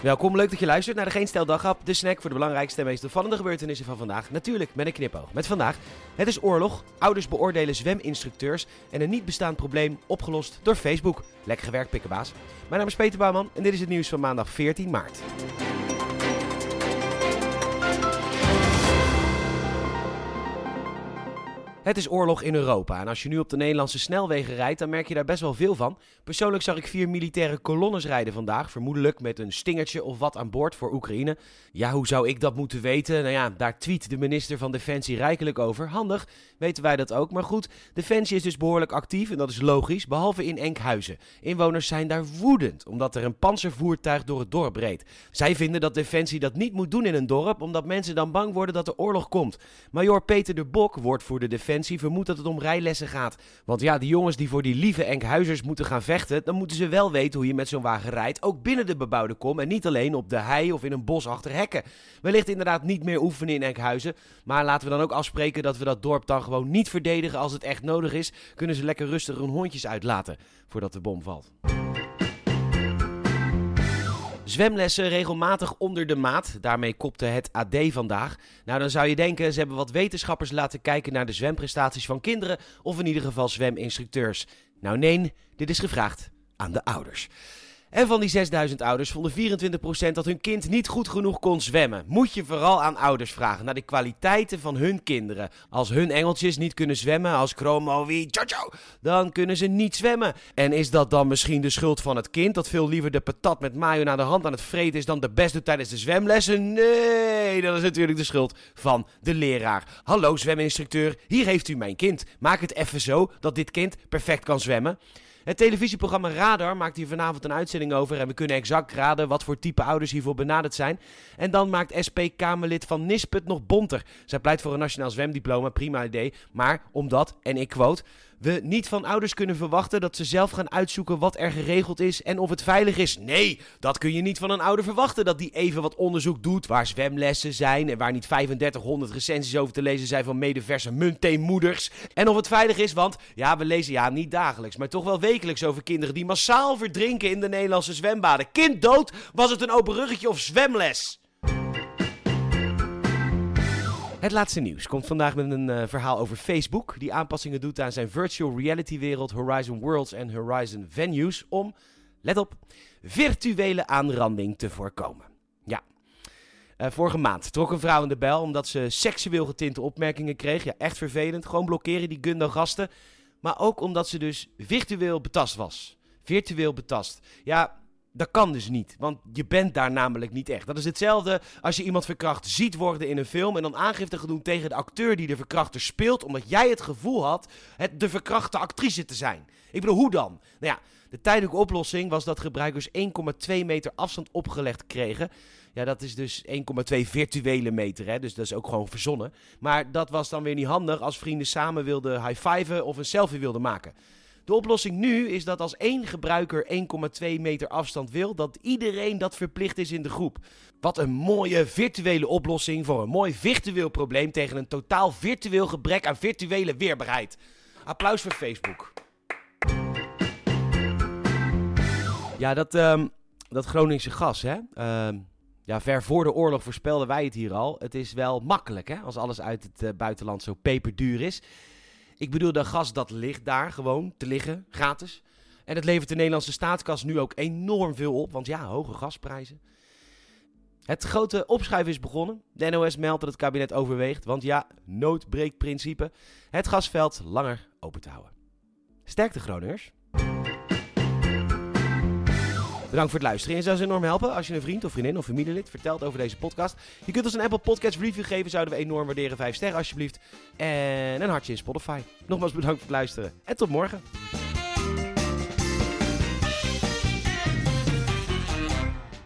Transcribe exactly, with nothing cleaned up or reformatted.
Welkom, leuk dat je luistert naar de Geen Stel Daghap, de snack voor de belangrijkste en meest opvallende gebeurtenissen van vandaag. Natuurlijk met een knipoog. Met vandaag, het is oorlog, ouders beoordelen zweminstructeurs en een niet bestaand probleem opgelost door Facebook. Lekker gewerkt, pikkenbaas. Mijn naam is Peter Bouwman en dit is het nieuws van maandag veertien maart. Het is oorlog in Europa en als je nu op de Nederlandse snelwegen rijdt, dan merk je daar best wel veel van. Persoonlijk zag ik vier militaire kolonnes rijden vandaag, vermoedelijk met een stingertje of wat aan boord voor Oekraïne. Ja, hoe zou ik dat moeten weten? Nou ja, daar tweet de minister van Defensie rijkelijk over. Handig, weten wij dat ook. Maar goed, Defensie is dus behoorlijk actief en dat is logisch, behalve in Enkhuizen. Inwoners zijn daar woedend, omdat er een pantservoertuig door het dorp reed. Zij vinden dat Defensie dat niet moet doen in een dorp, omdat mensen dan bang worden dat er oorlog komt. Major Peter de Bok, woordvoerder Defensie, vermoedt dat het om rijlessen gaat. Want ja, die jongens die voor die lieve Enkhuizers moeten gaan vechten, dan moeten ze wel weten hoe je met zo'n wagen rijdt, ook binnen de bebouwde kom en niet alleen op de hei of in een bos achter hekken. Wellicht inderdaad niet meer oefenen in Enkhuizen, maar laten we dan ook afspreken dat we dat dorp dan gewoon niet verdedigen als het echt nodig is. Kunnen ze lekker rustig hun hondjes uitlaten voordat de bom valt. Zwemlessen regelmatig onder de maat, daarmee kopte het A D vandaag. Nou, dan zou je denken, ze hebben wat wetenschappers laten kijken naar de zwemprestaties van kinderen, of in ieder geval zweminstructeurs. Nou nee, dit is gevraagd aan de ouders. En van die zesduizend ouders vonden vierentwintig procent dat hun kind niet goed genoeg kon zwemmen. Moet je vooral aan ouders vragen naar de kwaliteiten van hun kinderen. Als hun engeltjes niet kunnen zwemmen, als Chromo wie, Jojo, dan kunnen ze niet zwemmen. En is dat dan misschien de schuld van het kind, dat veel liever de patat met mayo naar de hand aan het vreten is dan de best doet tijdens de zwemlessen? Nee, dat is natuurlijk de schuld van de leraar. Hallo zweminstructeur, hier heeft u mijn kind. Maak het even zo dat dit kind perfect kan zwemmen. Het televisieprogramma Radar maakt hier vanavond een uitzending over en we kunnen exact raden wat voor type ouders hiervoor benaderd zijn. En dan maakt S P-Kamerlid Van Nispet nog bonter. Zij pleit voor een nationaal zwemdiploma, prima idee, maar omdat, en ik quote, we niet van ouders kunnen verwachten dat ze zelf gaan uitzoeken wat er geregeld is en of het veilig is. Nee, dat kun je niet van een ouder verwachten, dat die even wat onderzoek doet waar zwemlessen zijn en waar niet vijfendertighonderd recensies over te lezen zijn van medeverse munttheemoeders. En of het veilig is, want ja, we lezen ja niet dagelijks, maar toch wel wekelijks over kinderen die massaal verdrinken in de Nederlandse zwembaden. Kind dood, was het een open ruggetje of zwemles? Het laatste nieuws komt vandaag met een uh, verhaal over Facebook, die aanpassingen doet aan zijn virtual reality wereld Horizon Worlds en Horizon Venues om, let op, virtuele aanranding te voorkomen. Ja, uh, vorige maand trok een vrouw in de bel omdat ze seksueel getinte opmerkingen kreeg. Ja, echt vervelend, gewoon blokkeren die Gundam-gasten. Maar ook omdat ze dus virtueel betast was. Virtueel betast. Ja, dat kan dus niet, want je bent daar namelijk niet echt. Dat is hetzelfde als je iemand verkracht ziet worden in een film en dan aangifte gaat doen tegen de acteur die de verkrachter speelt, omdat jij het gevoel had het de verkrachte actrice te zijn. Ik bedoel, hoe dan? Nou ja, de tijdelijke oplossing was dat gebruikers één komma twee meter afstand opgelegd kregen. Ja, dat is dus één komma twee virtuele meter, hè? Dus dat is ook gewoon verzonnen. Maar dat was dan weer niet handig als vrienden samen wilden high-fiven of een selfie wilden maken. De oplossing nu is dat als één gebruiker één komma twee meter afstand wil, dat iedereen dat verplicht is in de groep. Wat een mooie virtuele oplossing voor een mooi virtueel probleem tegen een totaal virtueel gebrek aan virtuele weerbaarheid. Applaus voor Facebook. Ja, dat, um, dat Groningse gas, hè. Um, ja, ver voor de oorlog voorspelden wij het hier al. Het is wel makkelijk, hè, als alles uit het uh, buitenland zo peperduur is. Ik bedoel, dat gas dat ligt daar gewoon te liggen, gratis. En het levert de Nederlandse staatskas nu ook enorm veel op, want ja, hoge gasprijzen. Het grote opschuiven is begonnen. De N O S meldt dat het kabinet overweegt, want ja, noodbreekprincipe, het gasveld langer open te houden. Sterkte Groningers. Bedankt voor het luisteren. En zou ons enorm helpen als je een vriend of vriendin of familielid vertelt over deze podcast. Je kunt ons een Apple Podcast review geven, zouden we enorm waarderen. Vijf sterren alsjeblieft. En een hartje in Spotify. Nogmaals bedankt voor het luisteren en tot morgen.